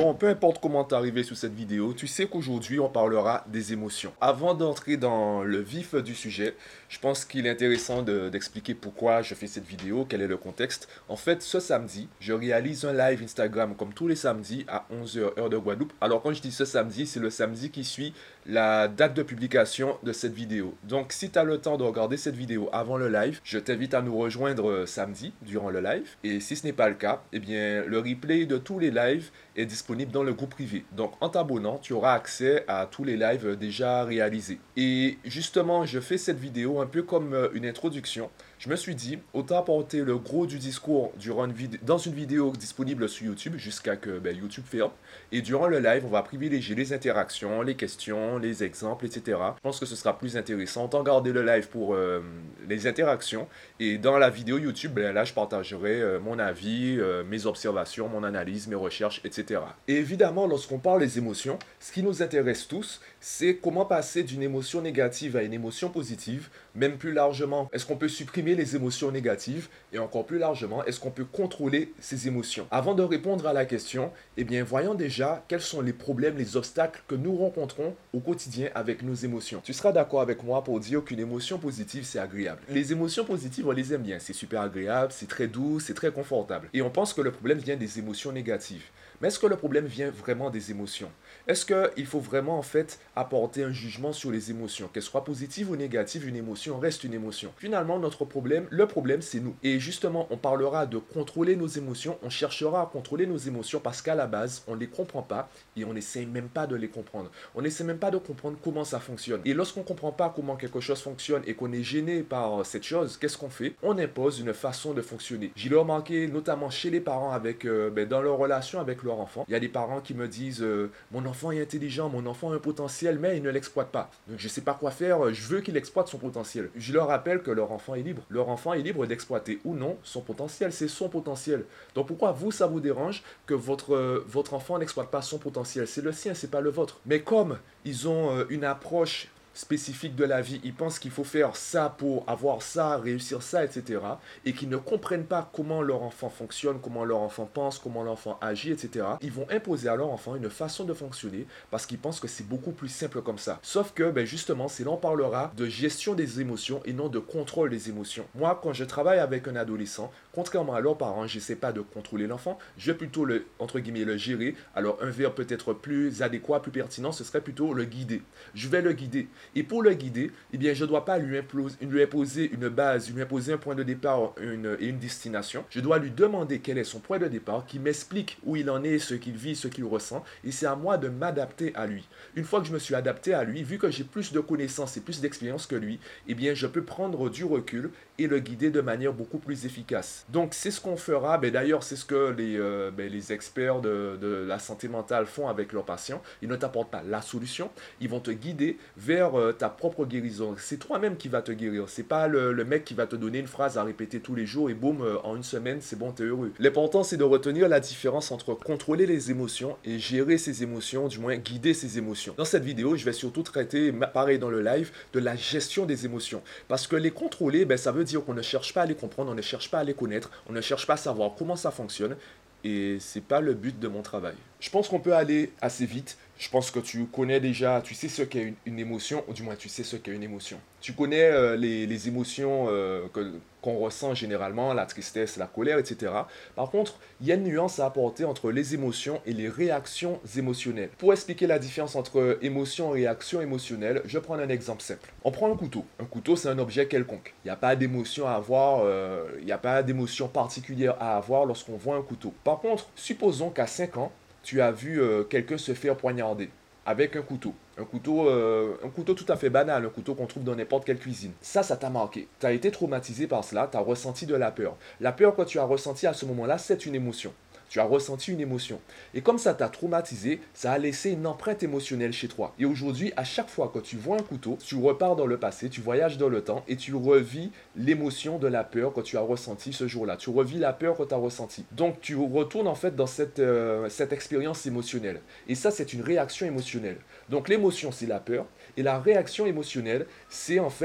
Bon, peu importe comment t'es arrivé sur cette vidéo, tu sais qu'aujourd'hui on parlera des émotions. Avant d'entrer dans le vif du sujet, je pense qu'il est intéressant d'expliquer pourquoi je fais cette vidéo, quel est le contexte. En fait, ce samedi, je réalise un live Instagram comme tous les samedis à 11 heures heure de Guadeloupe. Alors quand je dis ce samedi, c'est le samedi qui suit la date de publication de cette vidéo. Donc si tu as le temps de regarder cette vidéo avant le live, je t'invite à nous rejoindre samedi durant le live. Et si ce n'est pas le cas, eh bien le replay de tous les lives est disponible dans le groupe privé. Donc en t'abonnant, tu auras accès à tous les lives déjà réalisés. Et justement, je fais cette vidéo un peu comme une introduction. Je me suis dit, autant apporter le gros du discours dans une vidéo disponible sur YouTube jusqu'à que YouTube ferme. Et durant le live, on va privilégier les interactions, les questions, les exemples, etc. Je pense que ce sera plus intéressant. Autant garder le live pour les interactions. Et dans la vidéo YouTube, là, je partagerai mon avis, mes observations, mon analyse, mes recherches, etc. Et évidemment, lorsqu'on parle des émotions, ce qui nous intéresse tous, c'est comment passer d'une émotion négative à une émotion positive, même plus largement. Est-ce qu'on peut supprimer les émotions négatives et encore plus largement, est-ce qu'on peut contrôler ces émotions? Avant de répondre à la question, eh bien, voyons déjà quels sont les problèmes, les obstacles que nous rencontrons au quotidien avec nos émotions. Tu seras d'accord avec moi pour dire qu'une émotion positive, c'est agréable. Les émotions positives, on les aime bien. C'est super agréable, c'est très doux, c'est très confortable. Et on pense que le problème vient des émotions négatives. Mais est-ce que le problème vient vraiment des émotions? Est-ce qu'il faut vraiment en fait apporter un jugement sur les émotions? Qu'elle soit positive ou négative, une émotion reste une émotion. Finalement, le problème c'est nous. Et justement, on parlera de contrôler nos émotions, on cherchera à contrôler nos émotions parce qu'à la base, on ne les comprend pas et on n'essaie même pas de les comprendre. On n'essaie même pas de comprendre comment ça fonctionne. Et lorsqu'on ne comprend pas comment quelque chose fonctionne et qu'on est gêné par cette chose, qu'est-ce qu'on fait? On impose une façon de fonctionner. J'ai remarqué notamment chez les parents dans leur relation avec leur enfant. Il y a des parents qui me disent mon enfant est intelligent, mon enfant a un potentiel, mais il ne l'exploite pas. Donc je ne sais pas quoi faire, je veux qu'il exploite son potentiel. Je leur rappelle que leur enfant est libre. Leur enfant est libre d'exploiter ou non son potentiel, c'est son potentiel. Donc pourquoi ça vous dérange que votre enfant n'exploite pas son potentiel? C'est le sien, c'est pas le vôtre. Mais comme ils ont une approche spécifique de la vie, ils pensent qu'il faut faire ça pour avoir ça, réussir ça, etc. Et qu'ils ne comprennent pas comment leur enfant fonctionne, comment leur enfant pense, comment l'enfant agit, etc. Ils vont imposer à leur enfant une façon de fonctionner parce qu'ils pensent que c'est beaucoup plus simple comme ça. Sauf que, justement, c'est là on parlera de gestion des émotions et non de contrôle des émotions. Moi, quand je travaille avec un adolescent, contrairement à leurs parents, je n'essaie pas de contrôler l'enfant, je vais plutôt entre guillemets, le gérer. Alors, un verbe peut-être plus adéquat, plus pertinent, ce serait plutôt le guider. Je vais le guider. Et pour le guider, eh bien, je ne dois pas lui imposer une base, lui imposer un point de départ et une destination. Je dois lui demander quel est son point de départ, qu'il m'explique où il en est, ce qu'il vit, ce qu'il ressent. Et c'est à moi de m'adapter à lui. Une fois que je me suis adapté à lui, vu que j'ai plus de connaissances et plus d'expérience que lui, eh bien, je peux prendre du recul et le guider de manière beaucoup plus efficace. Donc, c'est ce qu'on fera. D'ailleurs, c'est ce que les experts de la santé mentale font avec leurs patients. Ils ne t'apportent pas la solution. Ils vont te guider vers ta propre guérison. C'est toi-même qui va te guérir. C'est pas le mec qui va te donner une phrase à répéter tous les jours et boum, en une semaine, c'est bon, t'es heureux. L'important, c'est de retenir la différence entre contrôler les émotions et gérer ses émotions, du moins guider ses émotions. Dans cette vidéo, je vais surtout traiter, pareil dans le live, de la gestion des émotions. Parce que les contrôler, ça veut dire qu'on ne cherche pas à les comprendre, on ne cherche pas à les connaître, on ne cherche pas à savoir comment ça fonctionne. Et c'est pas le but de mon travail. Je pense qu'on peut aller assez vite. Je pense que tu connais déjà, tu sais ce qu'est une émotion, ou du moins tu sais ce qu'est une émotion. Tu connais les émotions qu'on ressent généralement, la tristesse, la colère, etc. Par contre, il y a une nuance à apporter entre les émotions et les réactions émotionnelles. Pour expliquer la différence entre émotion et réaction émotionnelle, je prends un exemple simple. On prend un couteau. Un couteau, c'est un objet quelconque. Il n'y a pas d'émotion à avoir, il n'y a pas d'émotion particulière à avoir lorsqu'on voit un couteau. Par contre, supposons qu'à 5 ans, tu as vu quelqu'un se faire poignarder avec un couteau. Un couteau tout à fait banal, un couteau qu'on trouve dans n'importe quelle cuisine. Ça t'a marqué. Tu as été traumatisé par cela, tu as ressenti de la peur. La peur que tu as ressentie à ce moment-là, c'est une émotion. Tu as ressenti une émotion. Et comme ça t'a traumatisé, ça a laissé une empreinte émotionnelle chez toi. Et aujourd'hui, à chaque fois que tu vois un couteau, tu repars dans le passé, tu voyages dans le temps et tu revis l'émotion de la peur que tu as ressentie ce jour-là. Tu revis la peur que tu as ressentie. Donc tu retournes en fait dans cette expérience émotionnelle. Et ça, c'est une réaction émotionnelle. Donc l'émotion, c'est la peur. Et la réaction émotionnelle, c'est en fait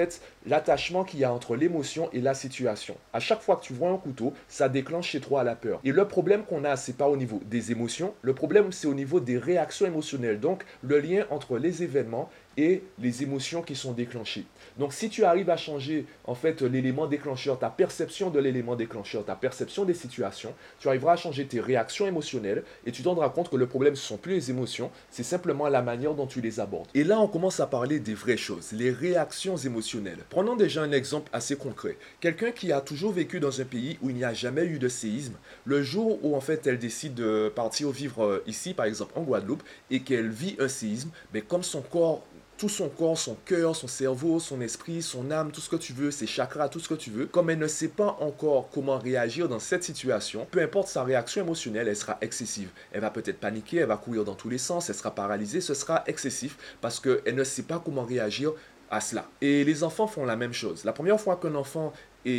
l'attachement qu'il y a entre l'émotion et la situation. À chaque fois que tu vois un couteau, ça déclenche chez toi la peur. Et le problème qu'on a, c'est pas au niveau des émotions, le problème c'est au niveau des réactions émotionnelles. Donc le lien entre les événements et les émotions qui sont déclenchées. Donc si tu arrives à changer en fait l'élément déclencheur, ta perception de l'élément déclencheur, ta perception des situations, tu arriveras à changer tes réactions émotionnelles et tu te rendras compte que le problème ce ne sont plus les émotions, c'est simplement la manière dont tu les abordes. Et là on commence à parler des vraies choses, les réactions émotionnelles. Prenons déjà un exemple assez concret. Quelqu'un qui a toujours vécu dans un pays où il n'y a jamais eu de séisme, le jour où en fait elle décide de partir vivre ici par exemple en Guadeloupe et qu'elle vit un séisme, mais comme son corps, tout son corps, son cœur, son cerveau, son esprit, son âme, tout ce que tu veux, ses chakras, tout ce que tu veux, comme elle ne sait pas encore comment réagir dans cette situation, peu importe sa réaction émotionnelle, elle sera excessive. Elle va peut-être paniquer, elle va courir dans tous les sens, elle sera paralysée, ce sera excessif parce qu'elle ne sait pas comment réagir à cela. Et les enfants font la même chose. La première fois qu'un enfant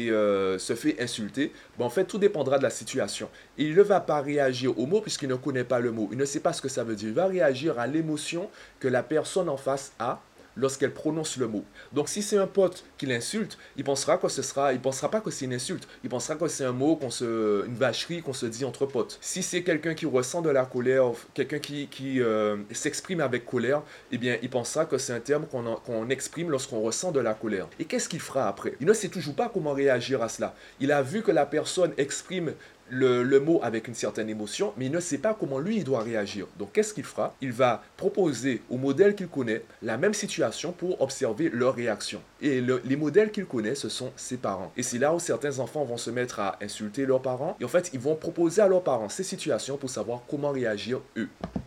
se fait insulter, en fait, tout dépendra de la situation. Il ne va pas réagir au mot puisqu'il ne connaît pas le mot. Il ne sait pas ce que ça veut dire. Il va réagir à l'émotion que la personne en face a lorsqu'elle prononce le mot. Donc si c'est un pote qui l'insulte, il pensera pas que c'est une insulte. Il pensera que c'est un mot, une vacherie qu'on se dit entre potes. Si c'est quelqu'un qui ressent de la colère, quelqu'un qui s'exprime avec colère, eh bien il pensera que c'est un terme qu'on exprime lorsqu'on ressent de la colère. Et qu'est-ce qu'il fera après? Il ne sait toujours pas comment réagir à cela. Il a vu que la personne exprime le mot avec une certaine émotion, mais il ne sait pas comment lui il doit réagir. Donc qu'est-ce qu'il fera? Il va proposer au modèle qu'il connaît la même situation pour observer leur réaction. Et les modèles qu'il connaît, ce sont ses parents. Et c'est là où certains enfants vont se mettre à insulter leurs parents. Et en fait, ils vont proposer à leurs parents ces situations pour savoir comment réagir eux.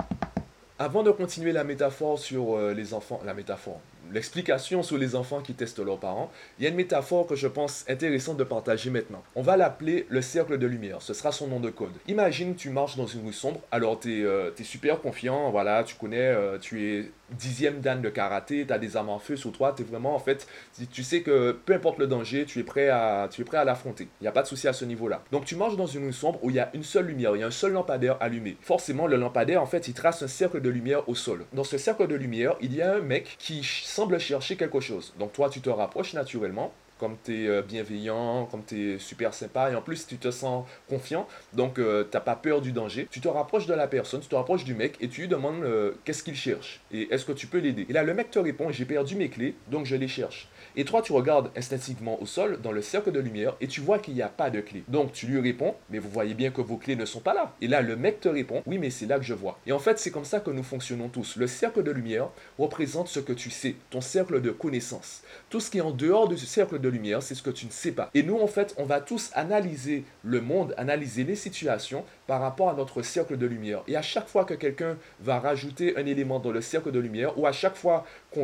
Avant de continuer la métaphore sur les enfants, l'explication sur les enfants qui testent leurs parents, il y a une métaphore que je pense intéressante de partager maintenant. On va l'appeler le cercle de lumière, ce sera son nom de code. Imagine, tu marches dans une rue sombre, alors tu es super confiant, voilà, tu connais, tu es 10e dan de karaté, tu as des armes en feu sur toi, tu es vraiment en fait, tu sais que peu importe le danger, tu es prêt à l'affronter. Il n'y a pas de souci à ce niveau-là. Donc tu marches dans une rue sombre où il y a une seule lumière, il y a un seul lampadaire allumé. Forcément, le lampadaire, en fait, il trace un cercle de lumière au sol. Dans ce cercle de lumière, il y a un mec qui semble chercher quelque chose. Donc toi, tu te rapproches naturellement. Comme tu es bienveillant, comme tu es super sympa, et en plus tu te sens confiant, donc tu n'as pas peur du danger. Tu te rapproches de la personne, tu te rapproches du mec, et tu lui demandes qu'est-ce qu'il cherche, et est-ce que tu peux l'aider. Et là, le mec te répond, j'ai perdu mes clés, donc je les cherche. Et toi, tu regardes instinctivement au sol, dans le cercle de lumière, et tu vois qu'il n'y a pas de clé. Donc tu lui réponds, mais vous voyez bien que vos clés ne sont pas là. Et là, le mec te répond, oui, mais c'est là que je vois. Et en fait, c'est comme ça que nous fonctionnons tous. Le cercle de lumière représente ce que tu sais, ton cercle de connaissances. Tout ce qui est en dehors de ce cercle de lumière, c'est ce que tu ne sais pas. Et nous, en fait, on va tous analyser le monde, analyser les situations par rapport à notre cercle de lumière. Et à chaque fois que quelqu'un va rajouter un élément dans le cercle de lumière, ou à chaque fois qu'on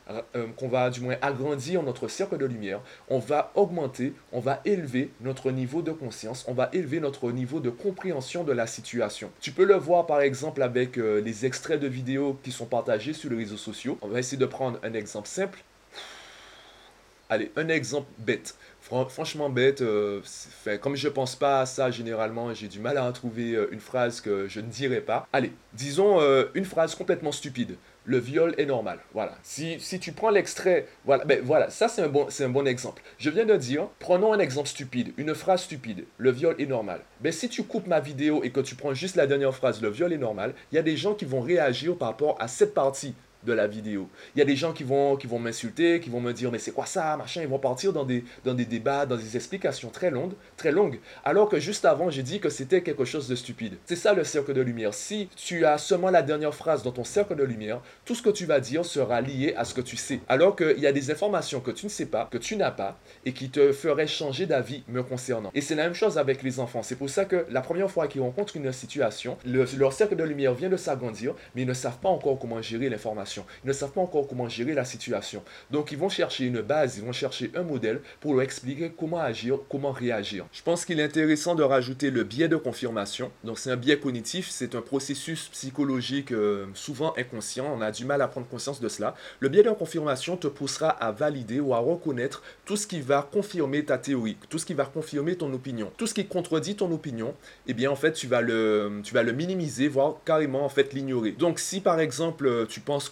va du moins agrandir notre cercle de lumière, on va augmenter, on va élever notre niveau de conscience, on va élever notre niveau de compréhension de la situation. Tu peux le voir par exemple avec les extraits de vidéos qui sont partagés sur les réseaux sociaux. On va essayer de prendre un exemple simple. Allez, un exemple bête. Franchement bête, comme je pense pas à ça généralement, j'ai du mal à en trouver une phrase que je ne dirais pas. Allez, disons une phrase complètement stupide. Le viol est normal. Voilà. Si tu prends l'extrait, voilà, ça c'est un bon exemple. Je viens de dire, prenons un exemple stupide, une phrase stupide. Le viol est normal. Mais si tu coupes ma vidéo et que tu prends juste la dernière phrase, le viol est normal, il y a des gens qui vont réagir par rapport à cette partie de la vidéo. Il y a des gens qui vont m'insulter, qui vont me dire mais c'est quoi ça, machin, ils vont partir dans des débats, dans des explications très longues, alors que juste avant j'ai dit que c'était quelque chose de stupide. C'est ça le cercle de lumière. Si tu as seulement la dernière phrase dans ton cercle de lumière, tout ce que tu vas dire sera lié à ce que tu sais. Alors qu'il y a des informations que tu ne sais pas, que tu n'as pas, et qui te feraient changer d'avis me concernant. Et c'est la même chose avec les enfants. C'est pour ça que la première fois qu'ils rencontrent une situation, leur cercle de lumière vient de s'agrandir, mais ils ne savent pas encore comment gérer l'information. Ils ne savent pas encore comment gérer la situation. Donc, ils vont chercher une base, ils vont chercher un modèle pour leur expliquer comment agir, comment réagir. Je pense qu'il est intéressant de rajouter le biais de confirmation. Donc, c'est un biais cognitif, c'est un processus psychologique souvent inconscient. On a du mal à prendre conscience de cela. Le biais de confirmation te poussera à valider ou à reconnaître tout ce qui va confirmer ta théorie, tout ce qui va confirmer ton opinion. Tout ce qui contredit ton opinion, eh bien, en fait, tu vas le minimiser, voire carrément, en fait, l'ignorer. Donc, si par exemple, tu penses que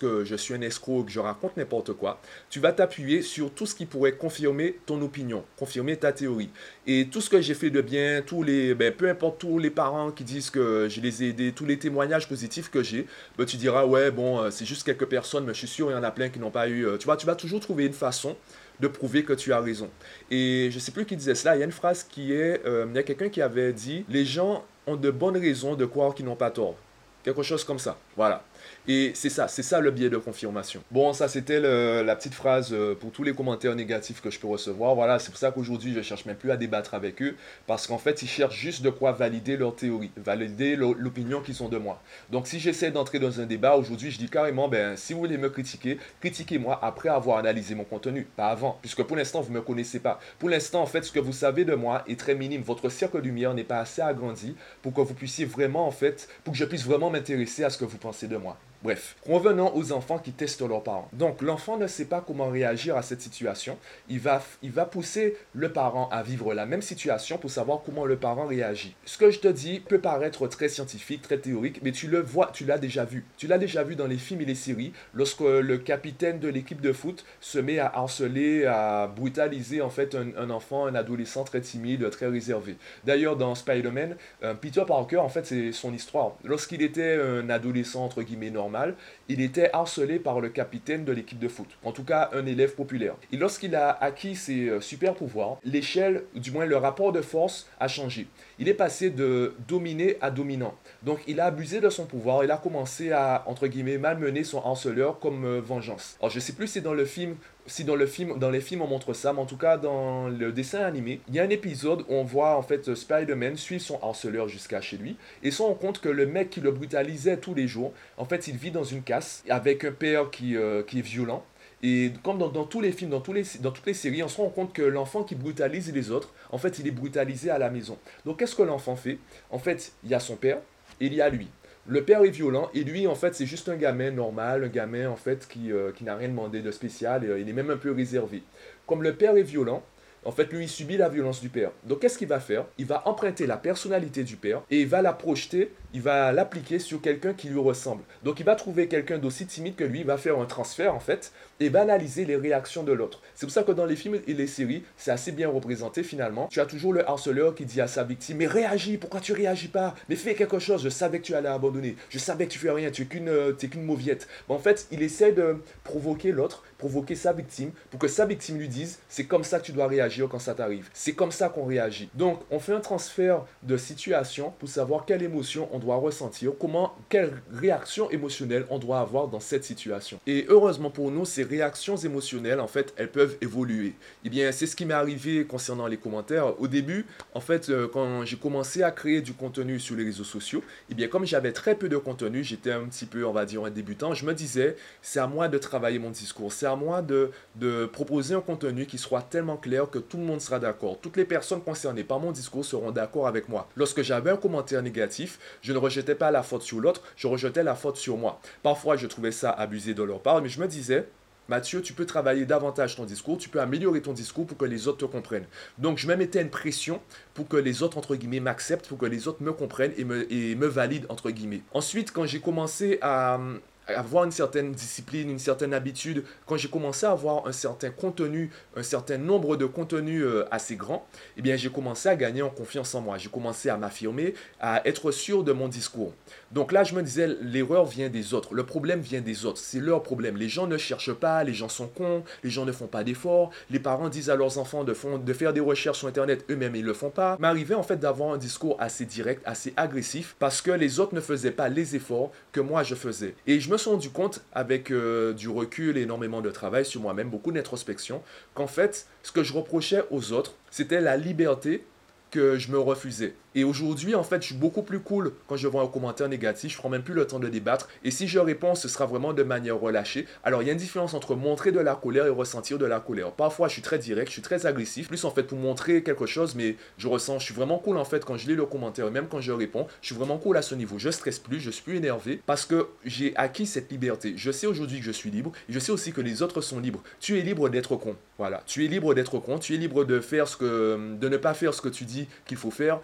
que je suis un escroc, que je raconte n'importe quoi, tu vas t'appuyer sur tout ce qui pourrait confirmer ton opinion, confirmer ta théorie. Et tout ce que j'ai fait de bien, peu importe tous les parents qui disent que je les ai aidés, tous les témoignages positifs que j'ai, ben, tu diras, ouais, bon, c'est juste quelques personnes, mais je suis sûr, il y en a plein qui n'ont pas eu. Tu vas toujours trouver une façon de prouver que tu as raison. Et je ne sais plus qui disait cela, il y a une phrase qui est, il y a quelqu'un qui avait dit, les gens ont de bonnes raisons de croire qu'ils n'ont pas tort. Quelque chose comme ça, voilà. Et c'est ça le biais de confirmation. Bon, ça c'était la petite phrase pour tous les commentaires négatifs que je peux recevoir. Voilà, c'est pour ça qu'aujourd'hui je cherche même plus à débattre avec eux, parce qu'en fait ils cherchent juste de quoi valider leur théorie, valider l'opinion qu'ils ont de moi. Donc si j'essaie d'entrer dans un débat aujourd'hui, je dis carrément, ben si vous voulez me critiquer, critiquez-moi après avoir analysé mon contenu, pas avant, puisque pour l'instant vous me connaissez pas. Pour l'instant en fait ce que vous savez de moi est très minime. Votre cercle de lumière n'est pas assez agrandi pour que vous puissiez vraiment en fait, pour que je puisse vraiment m'intéresser à ce que vous pensez de moi. Bref, revenons aux enfants qui testent leurs parents. Donc, l'enfant ne sait pas comment réagir à cette situation. Il va pousser le parent à vivre la même situation pour savoir comment le parent réagit. Ce que je te dis peut paraître très scientifique, très théorique, mais tu le vois, tu l'as déjà vu. Tu l'as déjà vu dans les films et les séries, lorsque le capitaine de l'équipe de foot se met à harceler, à brutaliser en fait un enfant, un adolescent très timide, très réservé. D'ailleurs, dans Spider-Man, Peter Parker, en fait, c'est son histoire. Lorsqu'il était un adolescent, entre guillemets, normal, il était harcelé par le capitaine de l'équipe de foot, en tout cas un élève populaire. Et lorsqu'il a acquis ses super pouvoirs, l'échelle, du moins le rapport de force a changé. Il est passé de dominé à dominant. Donc il a abusé de son pouvoir, il a commencé à, entre guillemets, malmener son harceleur comme vengeance. Alors je sais plus si dans le film dans les films on montre ça, mais en tout cas dans le dessin animé, il y a un épisode où on voit en fait Spider-Man suivre son harceleur jusqu'à chez lui et se rend compte que le mec qui le brutalisait tous les jours, en fait il vit dans une casse avec un père qui est violent. Et comme dans tous les films, dans toutes les séries, on se rend compte que l'enfant qui brutalise les autres, en fait il est brutalisé à la maison. Donc qu'est-ce que l'enfant fait? En fait il y a son père et il y a lui. Le père est violent et lui, en fait, c'est juste un gamin normal, un gamin, en fait, qui n'a rien demandé de spécial et il est même un peu réservé. Comme le père est violent, en fait, lui, il subit la violence du père. Donc, qu'est-ce qu'il va faire? Il va emprunter la personnalité du père et il va la projeter, il va l'appliquer sur quelqu'un qui lui ressemble. Donc, il va trouver quelqu'un d'aussi timide que lui, il va faire un transfert, en fait, et va analyser les réactions de l'autre. C'est pour ça que dans les films et les séries, c'est assez bien représenté, finalement. Tu as toujours le harceleur qui dit à sa victime, mais réagis, pourquoi tu réagis pas? Mais fais quelque chose, je savais que tu allais abandonner, je savais que tu fais rien, tu es qu'une mauviette. Mais en fait, il essaie de provoquer l'autre, provoquer sa victime, pour que sa victime lui dise, c'est comme ça que tu dois réagir quand ça t'arrive. C'est comme ça qu'on réagit. Donc, on fait un transfert de situation pour savoir quelle émotion on doit ressentir, quelle réaction émotionnelle on doit avoir dans cette situation. Et heureusement pour nous, ces réactions émotionnelles, en fait, elles peuvent évoluer. Eh bien, c'est ce qui m'est arrivé concernant les commentaires. Au début, en fait, quand j'ai commencé à créer du contenu sur les réseaux sociaux, eh bien, comme j'avais très peu de contenu, j'étais un petit peu, on va dire, un débutant, je me disais, c'est à moi de travailler mon discours, c'est à moi de proposer un contenu qui soit tellement clair que tout le monde sera d'accord. Toutes les personnes concernées par mon discours seront d'accord avec moi. Lorsque j'avais un commentaire négatif, je ne rejetais pas la faute sur l'autre, je rejetais la faute sur moi. Parfois, je trouvais ça abusé de leur part, mais je me disais, Mathieu, tu peux travailler davantage ton discours, tu peux améliorer ton discours pour que les autres te comprennent. Donc, je me mettais une pression pour que les autres, entre guillemets, m'acceptent, pour que les autres me comprennent et me valident, entre guillemets. Ensuite, quand j'ai commencé à avoir une certaine discipline, une certaine habitude, quand j'ai commencé à avoir un certain contenu, un certain nombre de contenus assez grand, eh bien j'ai commencé à gagner en confiance en moi. J'ai commencé à m'affirmer, à être sûr de mon discours. Donc là, je me disais, l'erreur vient des autres, le problème vient des autres, c'est leur problème. Les gens ne cherchent pas, les gens sont cons, les gens ne font pas d'efforts, les parents disent à leurs enfants de faire des recherches sur Internet, eux-mêmes ils ne le font pas. M'arrivait en fait d'avoir un discours assez direct, assez agressif, parce que les autres ne faisaient pas les efforts que moi je faisais. Et je me suis rendu compte avec du recul et énormément de travail sur moi-même, beaucoup d'introspection, qu'en fait, ce que je reprochais aux autres, c'était la liberté que je me refusais. Et aujourd'hui, en fait, je suis beaucoup plus cool quand je vois un commentaire négatif. Je prends même plus le temps de débattre. Et si je réponds, ce sera vraiment de manière relâchée. Alors, il y a une différence entre montrer de la colère et ressentir de la colère. Parfois, je suis très direct, je suis très agressif. Plus, en fait, pour montrer quelque chose, mais je suis vraiment cool, en fait, quand je lis le commentaire. Et même quand je réponds, je suis vraiment cool à ce niveau. Je stresse plus, je suis plus énervé parce que j'ai acquis cette liberté. Je sais aujourd'hui que je suis libre. Et je sais aussi que les autres sont libres. Tu es libre d'être con. Voilà. Tu es libre d'être con. Tu es libre de ne pas faire ce que tu dis qu'il faut faire. Tu es libre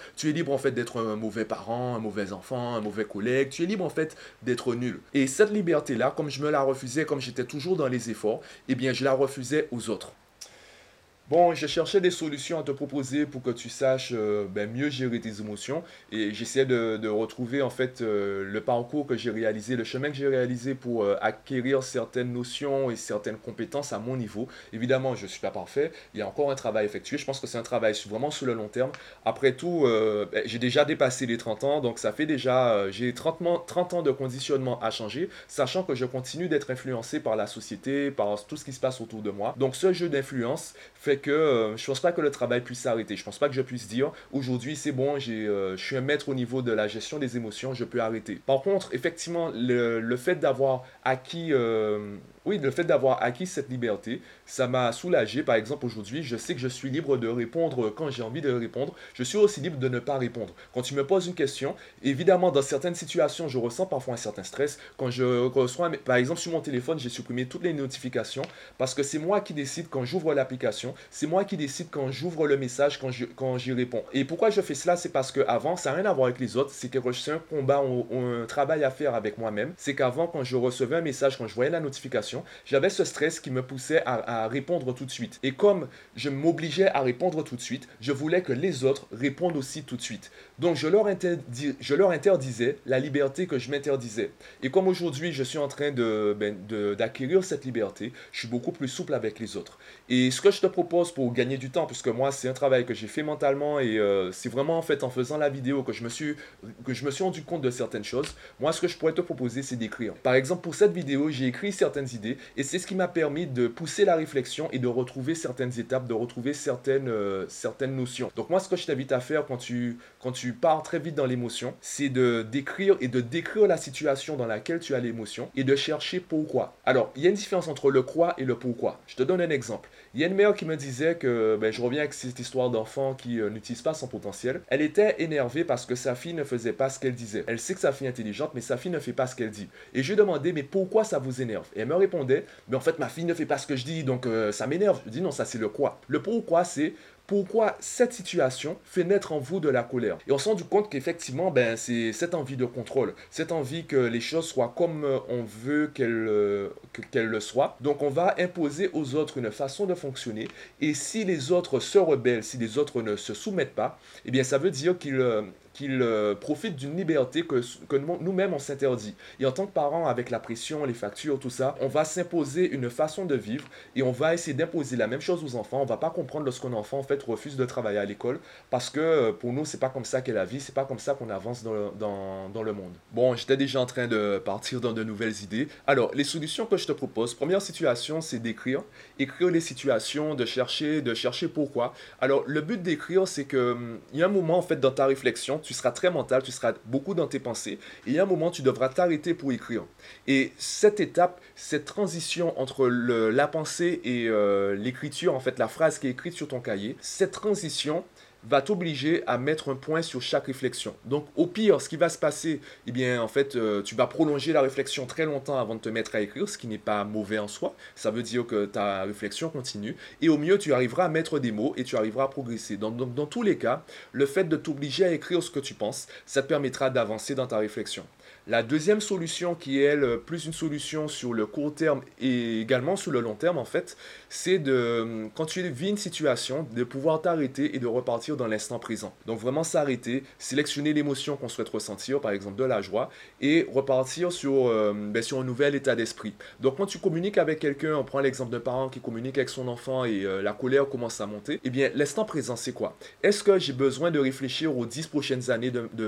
libre en fait d'être un mauvais parent, un mauvais enfant, un mauvais collègue. Tu es libre en fait d'être nul. Et cette liberté-là, comme je me la refusais, comme j'étais toujours dans les efforts, eh bien je la refusais aux autres. Bon, je cherchais des solutions à te proposer pour que tu saches mieux gérer tes émotions et j'essaie de retrouver en fait le parcours que j'ai réalisé, le chemin que j'ai réalisé pour acquérir certaines notions et certaines compétences à mon niveau. Évidemment, je ne suis pas parfait, il y a encore un travail à effectuer. Je pense que c'est un travail vraiment sur le long terme. Après tout, j'ai déjà dépassé les 30 ans, donc ça fait déjà, j'ai 30 ans de conditionnement à changer, sachant que je continue d'être influencé par la société, par tout ce qui se passe autour de moi. Donc ce jeu d'influence fait que je pense pas que le travail puisse s'arrêter. Je pense pas que je puisse dire aujourd'hui c'est bon, je suis un maître au niveau de la gestion des émotions, je peux arrêter. Par contre, effectivement, le fait d'avoir acquis, oui, le fait d'avoir acquis cette liberté, ça m'a soulagé. Par exemple, aujourd'hui, je sais que je suis libre de répondre quand j'ai envie de répondre. Je suis aussi libre de ne pas répondre. Quand tu me poses une question, évidemment, dans certaines situations, je ressens parfois un certain stress. Quand je reçois, par exemple, sur mon téléphone, j'ai supprimé toutes les notifications parce que c'est moi qui décide quand j'ouvre l'application, c'est moi qui décide quand j'ouvre le message, quand j'y réponds. Et pourquoi je fais cela? C'est parce qu'avant, ça n'a rien à voir avec les autres, c'est que c'est un combat ou un travail à faire avec moi-même. C'est qu'avant, quand je recevais un message, quand je voyais la notification, j'avais ce stress qui me poussait à répondre tout de suite. Et comme je m'obligeais à répondre tout de suite, je voulais que les autres répondent aussi tout de suite. Donc je leur interdisais la liberté que je m'interdisais. Et comme aujourd'hui, je suis en train d'acquérir cette liberté, je suis beaucoup plus souple avec les autres. Et ce que je te propose pour gagner du temps, puisque moi, c'est un travail que j'ai fait mentalement et c'est vraiment en fait en faisant la vidéo que je me suis rendu compte de certaines choses. Moi, ce que je pourrais te proposer, c'est d'écrire. Par exemple, pour cette vidéo, j'ai écrit certaines idées et c'est ce qui m'a permis de pousser la réflexion et de retrouver certaines étapes, de retrouver certaines notions. Donc moi, ce que je t'invite à faire quand tu pars très vite dans l'émotion, c'est d'écrire et de décrire la situation dans laquelle tu as l'émotion et de chercher pourquoi. Alors, il y a une différence entre le quoi et le pourquoi. Je te donne un exemple. Il y a une mère qui me disait que, je reviens avec cette histoire d'enfant qui n'utilise pas son potentiel. Elle était énervée parce que sa fille ne faisait pas ce qu'elle disait. Elle sait que sa fille est intelligente, mais sa fille ne fait pas ce qu'elle dit. Et je lui demandais, mais pourquoi ça vous énerve? Et elle me répondait, mais en fait, ma fille ne fait pas ce que je dis, donc ça m'énerve. Je dis non, ça c'est le quoi. Le pourquoi, c'est pourquoi cette situation fait naître en vous de la colère. Et on s'est rendu compte qu'effectivement, c'est cette envie de contrôle, cette envie que les choses soient comme on veut qu'elles le soient. Donc on va imposer aux autres une façon de fonctionner. Et si les autres se rebellent, si les autres ne se soumettent pas, eh bien ça veut dire qu'ils profitent d'une liberté que nous-mêmes on s'interdit. Et en tant que parents, avec la pression, les factures, tout ça, on va s'imposer une façon de vivre et on va essayer d'imposer la même chose aux enfants. On va pas comprendre lorsqu'un enfant en fait refuse de travailler à l'école parce que pour nous c'est pas comme ça qu'est la vie, c'est pas comme ça qu'on avance dans le monde. Bon, j'étais déjà en train de partir dans de nouvelles idées. Alors, les solutions que je te propose, première situation, c'est d'écrire les situations, de chercher pourquoi. Alors, le but d'écrire, c'est que il y a un moment en fait dans ta réflexion, tu seras très mental, tu seras beaucoup dans tes pensées, et il y a un moment tu devras t'arrêter pour écrire. Et cette étape, cette transition entre la pensée et l'écriture, en fait la phrase qui est écrite sur ton cahier, cette transition va t'obliger à mettre un point sur chaque réflexion. Donc au pire, ce qui va se passer, eh bien en fait, tu vas prolonger la réflexion très longtemps avant de te mettre à écrire, ce qui n'est pas mauvais en soi. Ça veut dire que ta réflexion continue. Et au mieux, tu arriveras à mettre des mots et tu arriveras à progresser. Donc dans tous les cas, le fait de t'obliger à écrire ce que tu penses, ça te permettra d'avancer dans ta réflexion. La deuxième solution, qui est elle, plus une solution sur le court terme et également sur le long terme en fait, c'est quand tu vis une situation, de pouvoir t'arrêter et de repartir dans l'instant présent. Donc vraiment s'arrêter, sélectionner l'émotion qu'on souhaite ressentir, par exemple de la joie, et repartir sur un nouvel état d'esprit. Donc quand tu communiques avec quelqu'un, on prend l'exemple d'un parent qui communique avec son enfant et la colère commence à monter, eh bien l'instant présent c'est quoi? Est-ce que j'ai besoin de réfléchir aux 10 prochaines années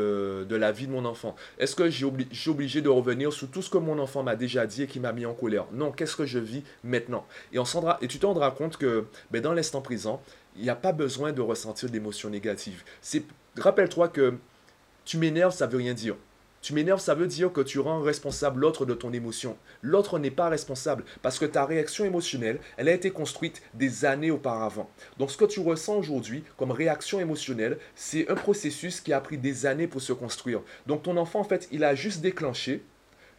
de la vie de mon enfant? Est-ce que je suis obligé de revenir sur tout ce que mon enfant m'a déjà dit et qui m'a mis en colère? Non, qu'est-ce que je vis maintenant? Et tu te rendras compte que dans l'instant présent, il n'y a pas besoin de ressentir d'émotions négatives. Rappelle-toi que tu m'énerves, ça ne veut rien dire. Tu m'énerves, ça veut dire que tu rends responsable l'autre de ton émotion. L'autre n'est pas responsable parce que ta réaction émotionnelle, elle a été construite des années auparavant. Donc ce que tu ressens aujourd'hui comme réaction émotionnelle, c'est un processus qui a pris des années pour se construire. Donc ton enfant, en fait, il a juste déclenché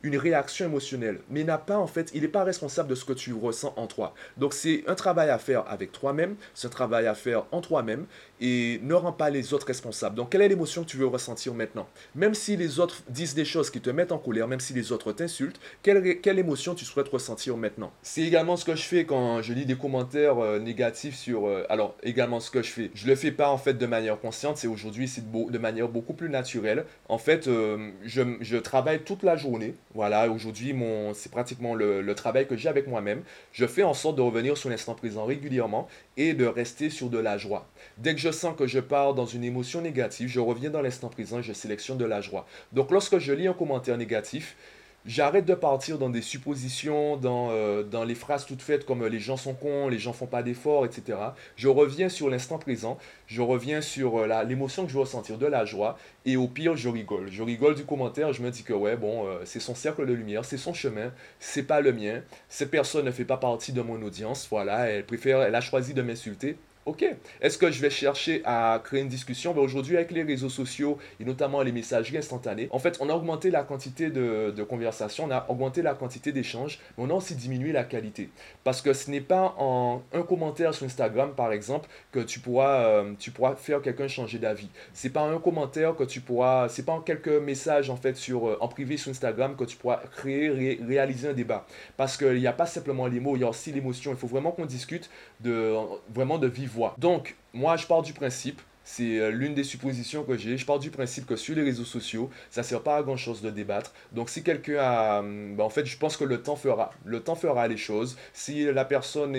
une réaction émotionnelle, mais n'a pas en fait, il n'est pas responsable de ce que tu ressens en toi. Donc c'est un travail à faire avec toi-même, c'est un travail à faire en toi-même et ne rends pas les autres responsables. Donc quelle est l'émotion que tu veux ressentir maintenant? Même si les autres disent des choses qui te mettent en colère, même si les autres t'insultent, quelle émotion tu souhaites ressentir maintenant? C'est également ce que je fais quand je lis des commentaires négatifs sur... alors également ce que je fais, je le fais pas en fait de manière consciente, c'est aujourd'hui c'est de manière beaucoup plus naturelle. En fait, je travaille toute la journée. Voilà, aujourd'hui c'est pratiquement le travail que j'ai avec moi-même. Je fais en sorte de revenir sur l'instant présent régulièrement et de rester sur de la joie. Dès que je sens que je pars dans une émotion négative, je reviens dans l'instant présent et je sélectionne de la joie. Donc lorsque je lis un commentaire négatif, j'arrête de partir dans des suppositions, dans les phrases toutes faites comme les gens sont cons, les gens font pas d'efforts, etc. Je reviens sur l'instant présent, je reviens sur l'émotion que je veux ressentir, de la joie, et au pire, je rigole. Je rigole du commentaire, je me dis que ouais, bon, c'est son cercle de lumière, c'est son chemin, c'est pas le mien. Cette personne ne fait pas partie de mon audience, voilà, elle a choisi de m'insulter. Ok. Est-ce que je vais chercher à créer une discussion? Ben aujourd'hui, avec les réseaux sociaux et notamment les messageries instantanées, en fait, on a augmenté la quantité de conversations, on a augmenté la quantité d'échanges, mais on a aussi diminué la qualité. Parce que ce n'est pas en un commentaire sur Instagram, par exemple, que tu pourras faire quelqu'un changer d'avis. C'est pas un commentaire que c'est pas en quelques messages, en fait, en privé sur Instagram que tu pourras réaliser un débat. Parce qu'il n'y a pas simplement les mots, il y a aussi l'émotion. Il faut vraiment qu'on discute vraiment de vive voix. Donc, moi, je pars du principe, c'est l'une des suppositions que j'ai, je pars du principe que sur les réseaux sociaux, ça ne sert pas à grand chose de débattre. Donc, si quelqu'un a... en fait, je pense que le temps fera les choses. Si la personne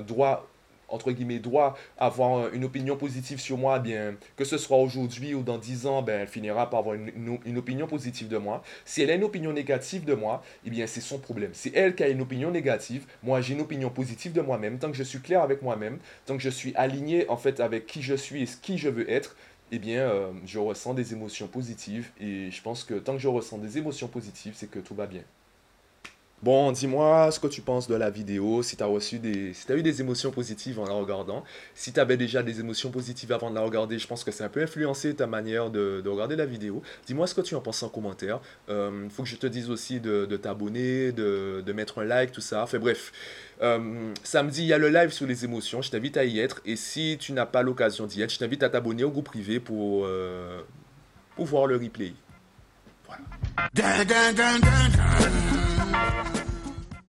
entre guillemets, doit avoir une opinion positive sur moi, bien, que ce soit aujourd'hui ou dans 10 ans, ben, elle finira par avoir une opinion positive de moi. Si elle a une opinion négative de moi, eh bien, c'est son problème. C'est elle qui a une opinion négative. Moi, j'ai une opinion positive de moi-même. Tant que je suis clair avec moi-même, tant que je suis aligné, en fait, avec qui je suis et qui je veux être, eh bien, je ressens des émotions positives. Et je pense que tant que je ressens des émotions positives, c'est que tout va bien. Bon, dis-moi ce que tu penses de la vidéo, si tu as eu des émotions positives en la regardant. Si tu avais déjà des émotions positives avant de la regarder, je pense que ça a un peu influencé ta manière de regarder la vidéo. Dis-moi ce que tu en penses en commentaire. Faut que je te dise aussi de t'abonner, de mettre un like, tout ça. Enfin bref, samedi, il y a le live sur les émotions. Je t'invite à y être. Et si tu n'as pas l'occasion d'y être, je t'invite à t'abonner au groupe privé pour voir le replay. Voilà.